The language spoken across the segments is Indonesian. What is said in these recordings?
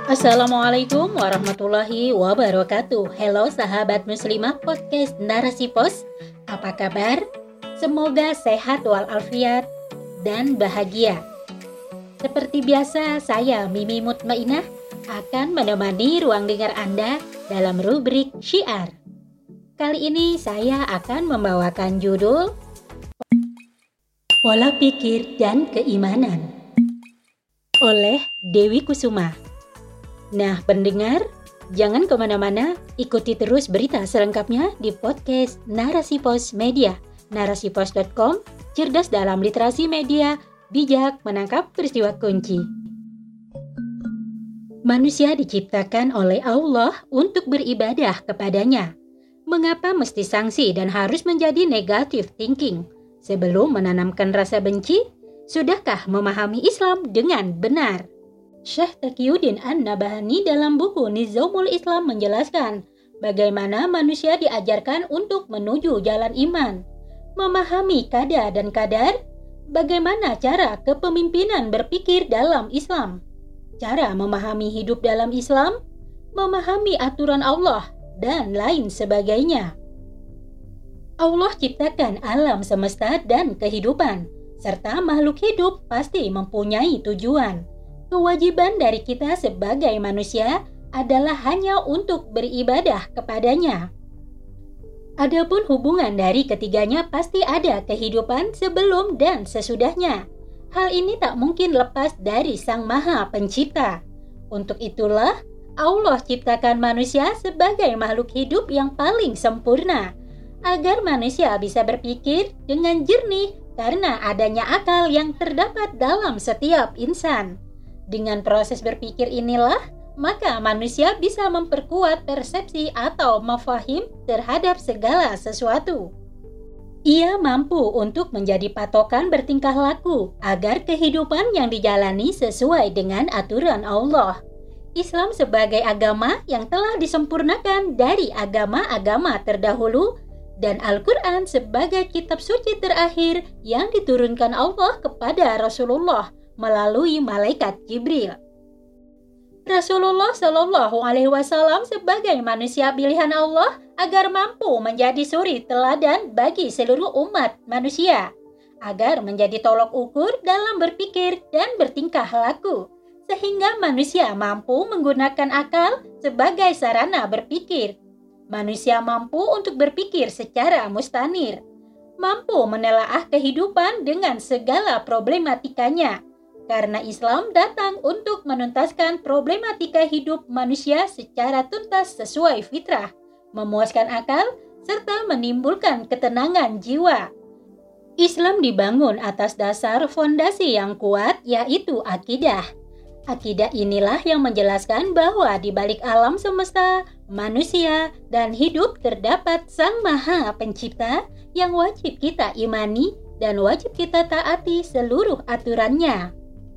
Assalamualaikum warahmatullahi wabarakatuh. Halo sahabat muslimah podcast Narasi Pos. Apa kabar? Semoga sehat walafiat dan bahagia. Seperti biasa, saya Mimi Mutmainah akan menemani ruang dengar Anda dalam rubrik Syiar. Kali ini saya akan membawakan judul Pola Pikir dan Keimanan oleh Dewi Kusuma. Nah, pendengar, jangan kemana-mana, ikuti terus berita selengkapnya di podcast Narasi Pos Media, narasipos.com, cerdas dalam literasi media, bijak menangkap peristiwa kunci. Manusia diciptakan oleh Allah untuk beribadah kepadanya. Mengapa mesti sanksi dan harus menjadi negative thinking? Sebelum menanamkan rasa benci, sudahkah memahami Islam dengan benar? Syekh Taqiyuddin An-Nabhani dalam buku Nizamul Islam menjelaskan bagaimana manusia diajarkan untuk menuju jalan iman, memahami qada dan qadar, bagaimana cara kepemimpinan berpikir dalam Islam, cara memahami hidup dalam Islam, memahami aturan Allah, dan lain sebagainya. Allah ciptakan alam semesta dan kehidupan, serta makhluk hidup pasti mempunyai tujuan. Kewajiban dari kita sebagai manusia adalah hanya untuk beribadah kepadanya. Adapun hubungan dari ketiganya pasti ada kehidupan sebelum dan sesudahnya. Hal ini tak mungkin lepas dari Sang Maha Pencipta. Untuk itulah Allah ciptakan manusia sebagai makhluk hidup yang paling sempurna, agar manusia bisa berpikir dengan jernih karena adanya akal yang terdapat dalam setiap insan. Dengan proses berpikir inilah, maka manusia bisa memperkuat persepsi atau mafahim terhadap segala sesuatu. Ia mampu untuk menjadi patokan bertingkah laku agar kehidupan yang dijalani sesuai dengan aturan Allah. Islam sebagai agama yang telah disempurnakan dari agama-agama terdahulu, dan Al-Quran sebagai kitab suci terakhir yang diturunkan Allah kepada Rasulullah melalui malaikat Jibril. Rasulullah Shallallahu Alaihi Wasallam sebagai manusia pilihan Allah agar mampu menjadi suri teladan bagi seluruh umat manusia, agar menjadi tolok ukur dalam berpikir dan bertingkah laku, sehingga manusia mampu menggunakan akal sebagai sarana berpikir. Manusia mampu untuk berpikir secara mustanir, mampu menelaah kehidupan dengan segala problematikanya, karena Islam datang untuk menuntaskan problematika hidup manusia secara tuntas sesuai fitrah, memuaskan akal, serta menimbulkan ketenangan jiwa. Islam dibangun atas dasar fondasi yang kuat, yaitu akidah. Akidah inilah yang menjelaskan bahwa di balik alam semesta, manusia, dan hidup terdapat Sang Maha Pencipta yang wajib kita imani dan wajib kita taati seluruh aturannya.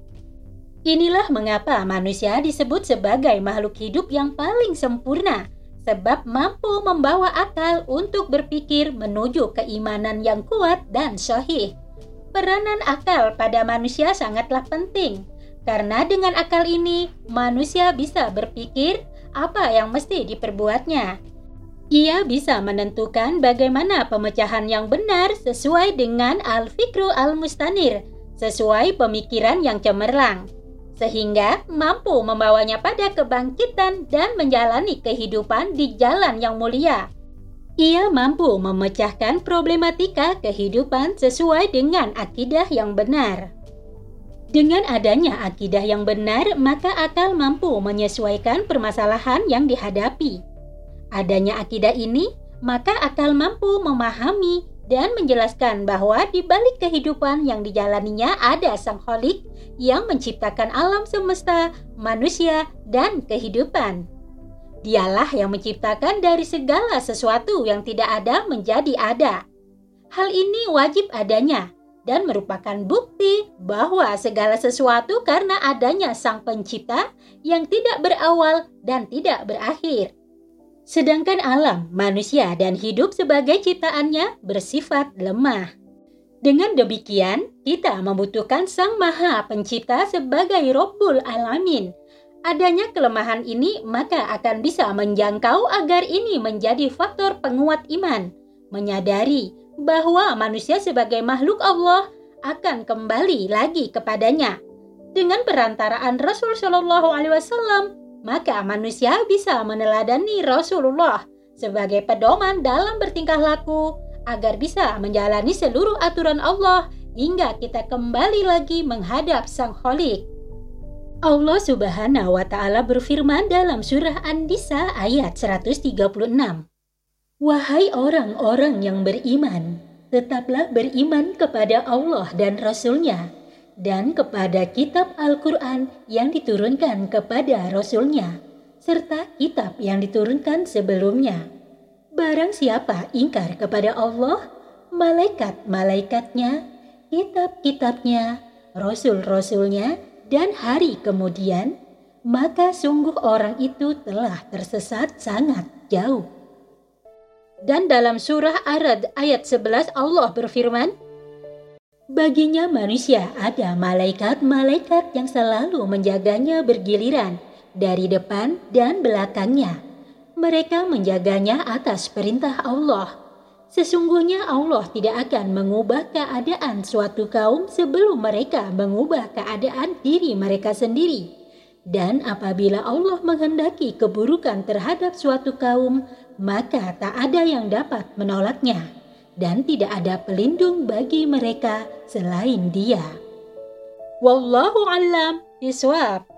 Inilah mengapa manusia disebut sebagai makhluk hidup yang paling sempurna, sebab mampu membawa akal untuk berpikir menuju keimanan yang kuat dan sahih. Peranan akal pada manusia sangatlah penting, karena dengan akal ini, manusia bisa berpikir apa yang mesti diperbuatnya. Ia bisa menentukan bagaimana pemecahan yang benar sesuai dengan al-fikru al-mustanir, sesuai pemikiran yang cemerlang, sehingga mampu membawanya pada kebangkitan dan menjalani kehidupan di jalan yang mulia. Ia mampu memecahkan problematika kehidupan sesuai dengan akidah yang benar. Dengan adanya akidah yang benar, maka akal mampu menyesuaikan permasalahan yang dihadapi. Adanya akidah ini, maka akal mampu memahami dan menjelaskan bahwa di balik kehidupan yang dijalaninya ada Sang Khalik yang menciptakan alam semesta, manusia, dan kehidupan. Dialah yang menciptakan dari segala sesuatu yang tidak ada menjadi ada. Hal ini wajib adanya dan merupakan bukti bahwa segala sesuatu karena adanya Sang Pencipta yang tidak berawal dan tidak berakhir. Sedangkan alam, manusia, dan hidup sebagai ciptaannya bersifat lemah. Dengan demikian, kita membutuhkan Sang Maha Pencipta sebagai Rabbul Alamin, Adanya kelemahan ini maka akan bisa menjangkau agar ini menjadi faktor penguat iman, menyadari bahwa manusia sebagai makhluk Allah akan kembali lagi kepadanya. Dengan perantaraan Rasul Shallallahu Alaihi Wasallam, maka manusia bisa meneladani Rasulullah sebagai pedoman dalam bertingkah laku agar bisa menjalani seluruh aturan Allah hingga kita kembali lagi menghadap Sang Khalik. Allah Subhanahu wa Ta'ala berfirman dalam surah An-Nisa ayat 136. Wahai orang-orang yang beriman, tetaplah beriman kepada Allah dan Rasul-Nya dan kepada kitab Al-Quran yang diturunkan kepada Rasul-Nya serta kitab yang diturunkan sebelumnya. Barang siapa ingkar kepada Allah, malaikat-malaikatnya, kitab-kitabnya, Rasul-Rasulnya, dan hari kemudian, maka sungguh orang itu telah tersesat sangat jauh. Dan dalam surah Ar-Ra'd ayat 11 Allah berfirman, baginya manusia ada malaikat-malaikat yang selalu menjaganya bergiliran dari depan dan belakangnya. Mereka menjaganya atas perintah Allah. Sesungguhnya Allah tidak akan mengubah keadaan suatu kaum sebelum mereka mengubah keadaan diri mereka sendiri. Dan apabila Allah menghendaki keburukan terhadap suatu kaum, maka tak ada yang dapat menolaknya. Dan tidak ada pelindung bagi mereka selain Dia. Wallahu a'lam bishawab.